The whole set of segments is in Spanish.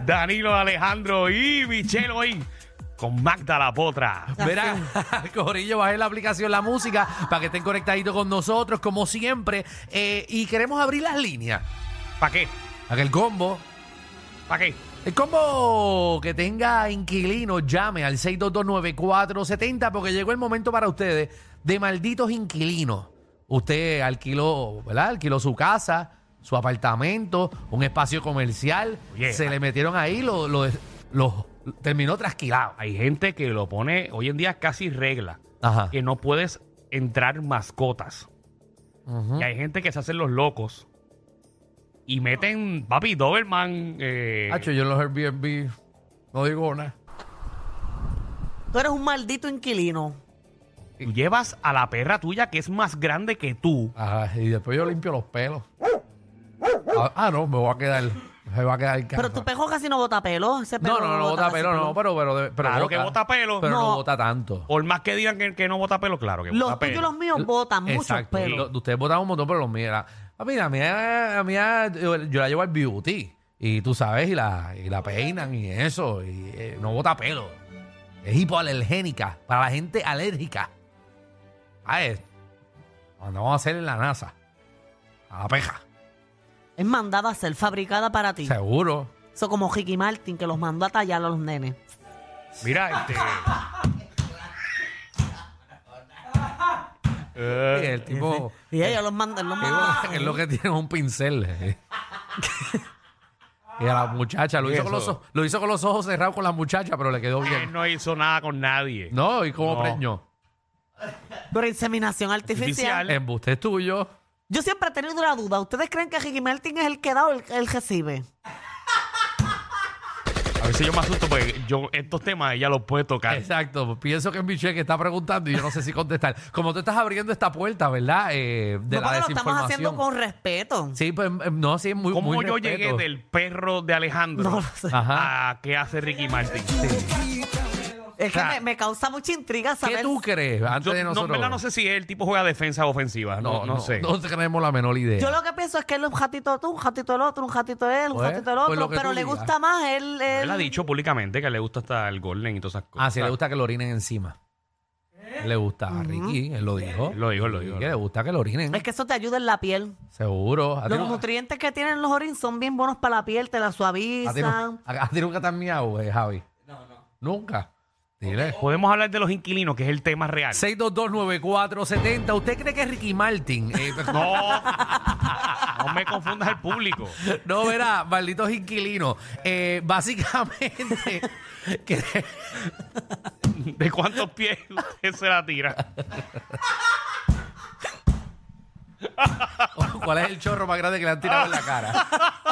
Danilo, Alejandro y Michelle hoy con Magda la Potra. Verá, Corillo, bajen la aplicación La Música para que estén conectaditos con nosotros, como siempre. Y queremos abrir las líneas. ¿Para qué? Para que el combo, el combo que tenga inquilinos, llame al 6229470 porque llegó el momento para ustedes de malditos inquilinos. Usted alquiló, ¿verdad? Alquiló su casa, su apartamento, un espacio comercial. Oye, se le metieron ahí, lo terminó trasquilado. Hay gente que lo pone hoy en día casi regla, Ajá. que no puedes entrar mascotas. Ujú. Y hay gente que se hacen los locos y meten, papi, Doberman. Hacho, yo en los Airbnb no digo nada. Tú eres un maldito inquilino. Tú llevas a la perra tuya que es más grande que tú. Ajá, y después yo limpio los pelos. No, me va a quedar en casa. Pero tu pejo casi no bota pelo. Ese pelo No bota casi pelo, no, pero Claro que bota pelo. Pero no No. bota tanto. Por más que digan que no bota pelo, claro que Los bota tuyos y pelo. los míos botan muchos Exacto. pelos. Ustedes botan un montón, pero los míos. Mira, a mía, yo la llevo al beauty. Y tú sabes, y la peinan y eso. Y no bota pelo. Es hipoalergénica. Para la gente alérgica. Vamos a hacer en la NASA. A la peja. Es mandada a ser fabricada para ti. Seguro. Eso como Ricky Martin, que los mandó a tallar a los nenes. Mira, El tipo. Y ella los manda, Es lo que tiene es un pincel. Y a la muchacha lo hizo con los ojos cerrados con la muchacha, pero le quedó él bien. no hizo nada con nadie. No, ¿y cómo No. preñó? Pero inseminación artificial. Embuste es tuyo. Yo siempre he tenido una duda. ¿Ustedes creen que Ricky Martin es el que da o el recibe? A veces yo me asusto porque estos temas ella los puede tocar. Exacto. Pienso que es Michelle que está preguntando y yo no sé si contestar. Como tú estás abriendo esta puerta, ¿verdad? De No, la porque lo estamos haciendo desinformación. con respeto. Sí, pues no, sí, muy ¿Cómo muy yo respeto. llegué del perro de Alejandro No lo sé. Ajá. a qué hace Ricky Martin? Es que O sea, me causa mucha intriga saber. ¿Qué tú crees? Antes de En nosotros. verdad no sé si el tipo juega defensa o ofensiva. No sé. No tenemos la menor idea. Yo lo que pienso es que él es un gatito tú, un gatito el otro, un gatito él, un Pues, gatito el pues otro. lo que Pero tú le digas. gusta más él. Él ha dicho públicamente que le gusta hasta el golden y todas esas cosas. Sí, le gusta que lo orinen encima. Le gusta a Ricky, él lo dijo. Él lo dijo, él lo Sí, dijo. que le gusta que lo orinen. Es que eso te ayuda en la piel. Seguro. A ti Los no- nutrientes que tienen los orines son bien buenos para la piel, te la a ti suavizan. a ti nunca te han miado, Javi. No. ¿Nunca? Dile. Podemos hablar de los inquilinos, que es el tema real. 6229470. ¿Usted cree que Ricky Martin? No me confundas al público. No, verá, malditos inquilinos. Básicamente, que- ¿De cuántos pies usted se la tira? ¿cuál es el chorro más grande que le han tirado en la cara?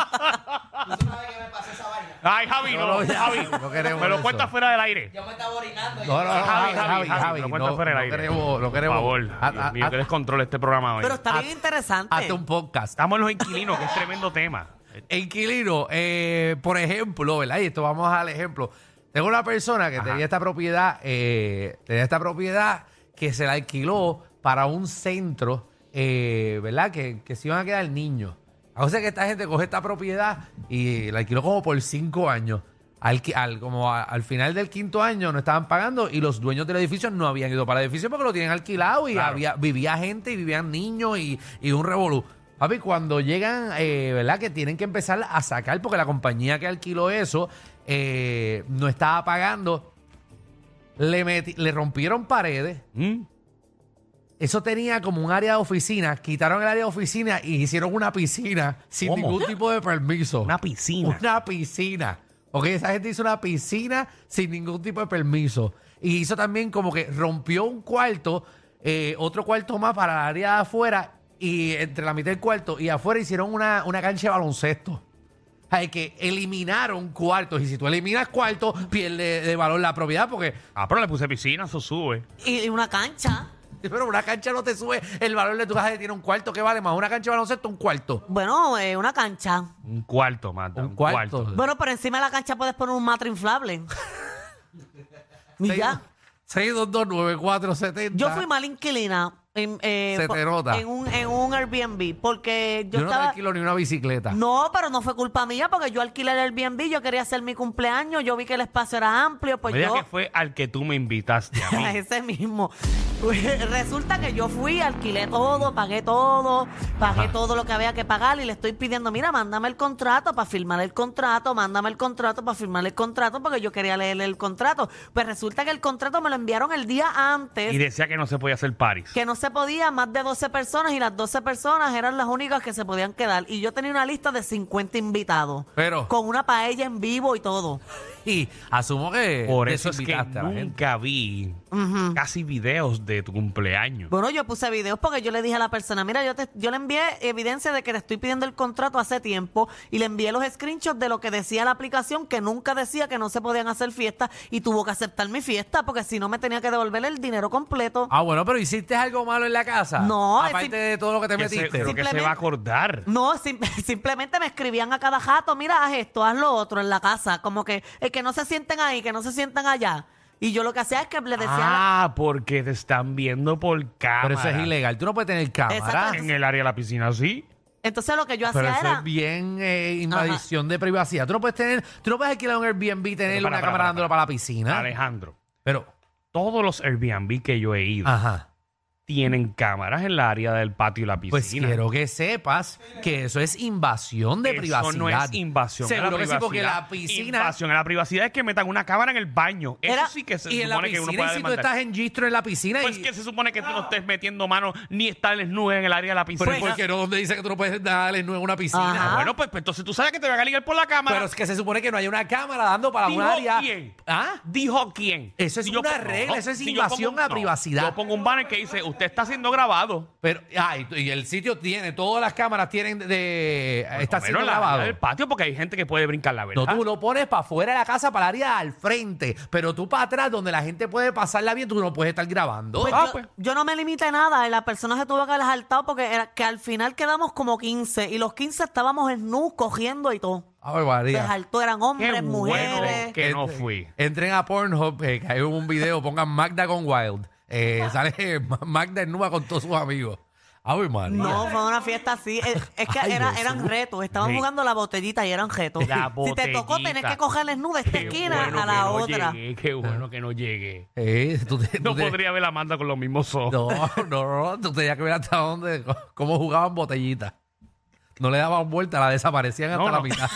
Ay, Javi, no, ya, Javi. no queremos Me lo eso. cuentas fuera del aire. No, Javi, me lo cuentas fuera del aire. No queremos. Por favor, Dios mío, que descontrole este programa hoy. Pero está bien interesante. Hazte un podcast. Estamos en los inquilinos, que es tremendo tema. Inquilino, por ejemplo, ¿verdad? Y esto vamos al ejemplo. Tengo una persona que tenía esta propiedad que se la alquiló para un centro, ¿verdad? Que se iban a quedar niños. O sea que esta gente coge esta propiedad y la alquiló como por 5 años. Al final del 5.º año no estaban pagando y los dueños del edificio no habían ido para el edificio porque lo tienen alquilado y Claro. vivía gente y vivían niños y un revolú. Papi, cuando llegan, ¿verdad? Que tienen que empezar a sacar porque la compañía que alquiló eso no estaba pagando. Le rompieron paredes. ¿Mm? Eso tenía como un área de oficina. Quitaron el área de oficina y hicieron una piscina sin ¿Cómo? ningún tipo de permiso. Una piscina. Una piscina. Ok, esa gente hizo una piscina sin ningún tipo de permiso. Y hizo también como que rompió un cuarto, otro cuarto más para el área de afuera. Y entre la mitad del cuarto y afuera hicieron una cancha de baloncesto. Hay que eliminaron cuartos. Y si tú eliminas cuartos, pierde de valor la propiedad porque... Pero le puse piscina, eso sube. Y una cancha. Pero una cancha no te sube el valor de tu casa que tiene un cuarto. ¿Qué vale más? Una cancha de baloncesto, un cuarto. Bueno, una cancha. Un cuarto, Marta. Un cuarto. Bueno, pero encima de la cancha puedes poner un matre inflable. Y ya. 6229470. Yo fui mal inquilina Se te nota. en un Airbnb, porque yo Yo no te estaba... alquilo ni una bicicleta. No, pero no fue culpa mía, porque yo alquilé el Airbnb, yo quería hacer mi cumpleaños, yo vi que el espacio era amplio, pues Mira yo... que fue al que tú me invitaste a mí. Ese mismo. Pues, resulta que yo fui, alquilé todo, pagué todo lo que había que pagar y le estoy pidiendo, mira, mándame el contrato para firmar el contrato, mándame el contrato para firmar el contrato, porque yo quería leer el contrato. Pues resulta que el contrato me lo enviaron el día antes, Y decía que no se podía hacer paris. que no se podía más de 12 personas y las 12 personas eran las únicas que se podían quedar. Y yo tenía una lista de 50 invitados. Pero- con una paella en vivo y todo. Y asumo que Por eso es que desinvitaste a la gente. nunca vi casi videos de tu cumpleaños. Bueno, yo puse videos porque yo le dije a la persona, mira, yo le envié evidencia de que le estoy pidiendo el contrato hace tiempo y le envié los screenshots de lo que decía la aplicación, que nunca decía que no se podían hacer fiestas y tuvo que aceptar mi fiesta porque si no me tenía que devolver el dinero completo. Ah, bueno, pero ¿hiciste algo malo en la casa? No, Aparte es de todo lo que te Que se- metiste. Pero que se Simplemente- va a acordar. No, simplemente me escribían a cada jato, mira, haz esto, haz lo otro en la casa, como que no se sienten ahí, que no se sientan allá. Y yo lo que hacía es que le decía... Ah, porque te están viendo por cámara. Pero eso es ilegal. Tú no puedes tener cámara. Exacto. En el área de la piscina, sí. Entonces lo que yo Pero hacía eso era... es bien invasión de privacidad. Tú no puedes alquilar un Airbnb y tener Pero una cámara dándolo para la piscina. Alejandro, Pero, todos los Airbnb que yo he ido ajá. tienen cámaras en la área del patio y la piscina. Pues quiero que sepas que eso es invasión de privacidad. Eso no es invasión a la Seguro que sí, privacidad. porque la piscina... Invasión a la privacidad es que metan una cámara en el baño. Eso Era- sí que se Y en la supone que uno piscina, y puede si tú demandar. estás en gistro en la piscina Pues y... que se supone que tú no estés metiendo mano ni estar desnudo en el área de la piscina. Pero ¿por qué no? ¿Dónde dice que tú no puedes darle en una piscina? Ajá. Bueno, pues entonces tú sabes que te van a ligar por la cámara. Pero es que se supone que no hay una cámara dando para un ¿Dijo área... quién? ¿Ah? ¿Dijo quién? Eso es Si yo una pongo- regla, eso es si yo invasión a privacidad. Yo pongo un banner que dice, usted está siendo grabado. Pero, y el sitio tiene, todas las cámaras tienen está siendo Bueno, en la área grabado. del patio porque hay gente que puede brincar la verdad. No, tú lo pones para afuera de la casa, para el área al frente. Pero tú para atrás, donde la gente puede pasarla bien, tú no puedes estar grabando. Pues Ah, yo, yo no me limité nada, y la persona se tuvo que haber saltado porque era que al final quedamos como 15 y los 15 estábamos en nu cogiendo y todo. Ay, Se María. saltó, eran Qué hombres, bueno mujeres. que no fui. Entren a Pornhub, que hay un video, pongan Magda con Wild. Sale Magda en nua con todos sus amigos. Ay, María. No, fue una fiesta así. Es que Ay, eran Jesús. retos. Estaban Sí. jugando la botellita y eran retos. La Si te tocó, tenés botellita. que coger el nu de esta Qué esquina bueno a que la no otra. llegué, qué bueno que no llegué. Tú No podría ver a Amanda con los mismos ojos. No, tú tenías que ver hasta dónde, cómo jugaban botellitas. No le daban vuelta, la desaparecían hasta No, la no. mitad.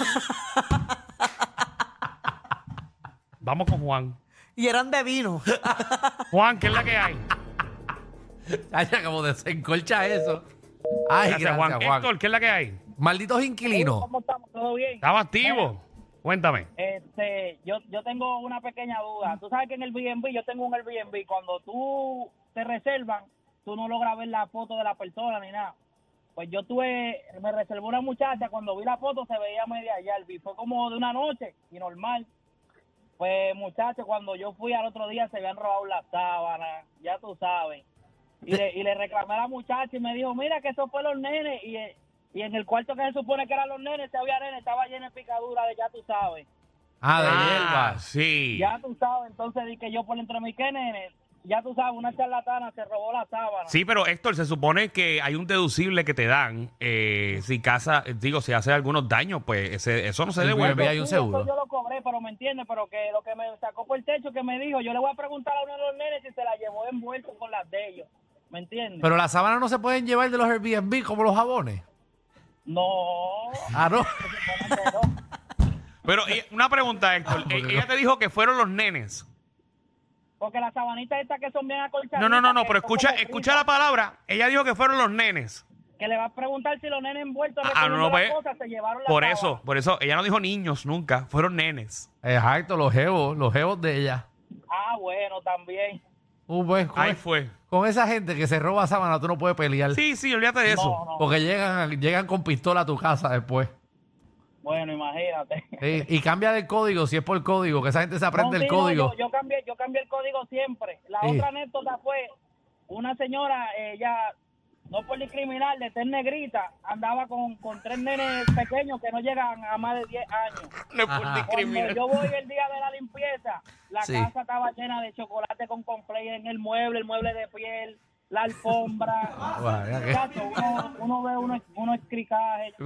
Vamos con Juan. Y eran de vino. Juan, ¿qué es la que hay? Ay, ya como desencolcha eso. Ay, Gracias, gracias, Juan. Héctor, ¿qué es la que hay? Malditos inquilinos. ¿Cómo estamos? ¿Todo bien? ¿Estaba activo? Cuéntame. Yo tengo una pequeña duda. Tú sabes que en el Airbnb, yo tengo un Airbnb, cuando tú te reservan, tú no logras ver la foto de la persona ni nada. Pues me reservó una muchacha, cuando vi la foto se veía media Yalvi, fue como de una noche y normal. Pues muchachos, cuando yo fui al otro día se habían robado las sábanas, ya tú sabes. Y le reclamé a la muchacha y me dijo, mira que eso fue los nenes. Y en el cuarto que se supone que eran los nenes, había nenes, estaba lleno de picadura de ya tú sabes. Ah, de hierba. Sí. Ya tú sabes, entonces di que yo por entre mis nenes, ya tú sabes, una charlatana se robó la sábana. Sí, pero Héctor, se supone que hay un deducible que te dan si hace algunos daños, pues eso no se El devuelve. bebé hay un Sí, eso seguro. yo lo cobré, pero me entiendes, pero que lo que me sacó por el techo que me dijo, yo le voy a preguntar a uno de los nenes si se la llevó envuelto con las de ellos. ¿Me entiendes? Pero las sábanas no se pueden llevar de los Airbnb como los jabones. No. Ah, no. Pero una pregunta, Héctor. Ella te dijo que fueron los nenes. Porque las sabanitas estas que son bien acolchaditas. No, que pero son como escucha fritas, la palabra. Ella dijo que fueron los nenes. que le va a preguntar si los nenes envueltos no, recogiendo pues, las cosas se llevaron la Por sábana. eso, ella no dijo niños nunca, fueron nenes. Exacto, los jevos de ella. Ah, bueno, también. Pues, Ahí fue. con esa gente que se roba sábana, tú no puedes pelear. Sí, olvídate de eso. No, no. Porque llegan con pistola a tu casa después. Bueno, imagínate. Sí, y cambia de código si es por código, que esa gente se aprende No, el sí, no, código. yo cambié el código siempre. La Sí. otra anécdota fue una señora, ella, no por discriminar, de ser negrita, andaba con 3 nenes pequeños que no llegan a más de 10 años. No es por Ajá. discriminar. Cuando yo voy el día de la limpieza, la Sí. casa estaba llena de chocolate con conflay en el mueble de piel, la alfombra. María, ¿qué? Chacho, uno ve unos cricajes.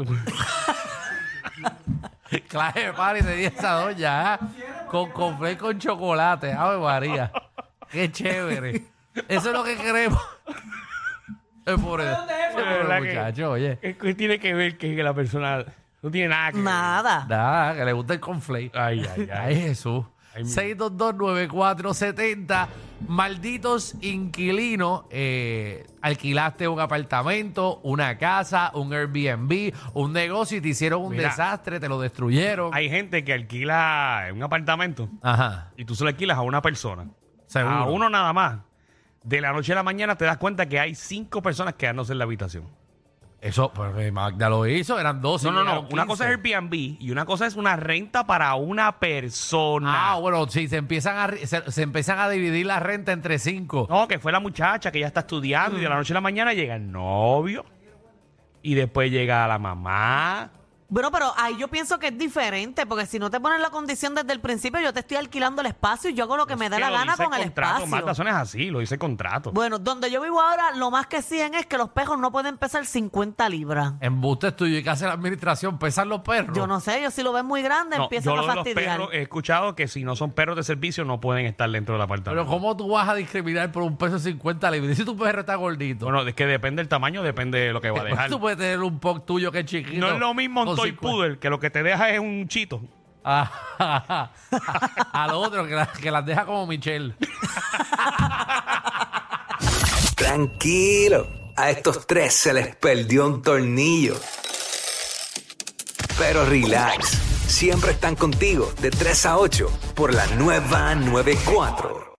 Clase de party tenía esa doña, con conflé con chocolate. Ave María. Qué chévere. Eso es lo que queremos. El pobre ¿Verdad que- muchacho, oye. ¿Qué tiene que ver que la persona no tiene nada que ver? Nada. Nada, que le gusta el conflé. Ay, ay, Ay, ay. Jesús. Ay, mi- 6229470. Malditos inquilinos. Alquilaste un apartamento, una casa, un Airbnb, un negocio y te hicieron un Mira. desastre, te lo destruyeron. Hay gente que alquila un apartamento Ajá. y tú se lo alquilas a una persona. Seguro. A uno nada más. De la noche a la mañana te das cuenta que hay 5 personas quedándose en la habitación. Eso, pues Magda lo hizo, eran 12. No. llegaron Una cosa es 15. Airbnb y una cosa es una renta para una persona. Ah, bueno, sí, se empiezan a dividir la renta entre 5. No, que fue la muchacha que ya está estudiando y de la noche a la mañana llega el novio y después llega la mamá. Bueno, pero ahí yo pienso que es diferente, porque si no te pones la condición desde el principio, yo te estoy alquilando el espacio y yo hago lo que me dé la Que lo gana dice con el contrato, espacio. Marta, eso no es así, lo dice el contrato. Bueno, donde yo vivo ahora, lo más que exigen es que los perros no pueden pesar 50 libras. Embustes tuyo y que hace la administración, pesan los perros. Yo no sé, ellos si lo ven muy grande No, empiezan yo a lo de los fastidiar. perros he escuchado que si no son perros de servicio no pueden estar dentro del Pero apartamento. ¿cómo tú vas a discriminar por un peso 50 libras? Si tu perro está gordito. Bueno, es que depende del tamaño, depende de lo que va a dejar. Tú puedes tener un POC tuyo que es chiquito. No es lo mismo un con toy 50. poodle, que lo que te deja es un chito. A lo otro, que las deja como Michelle. Tranquilo, a estos 3 se les perdió un tornillo. Pero relax, siempre están contigo de 3 a 8 por la nueva 94.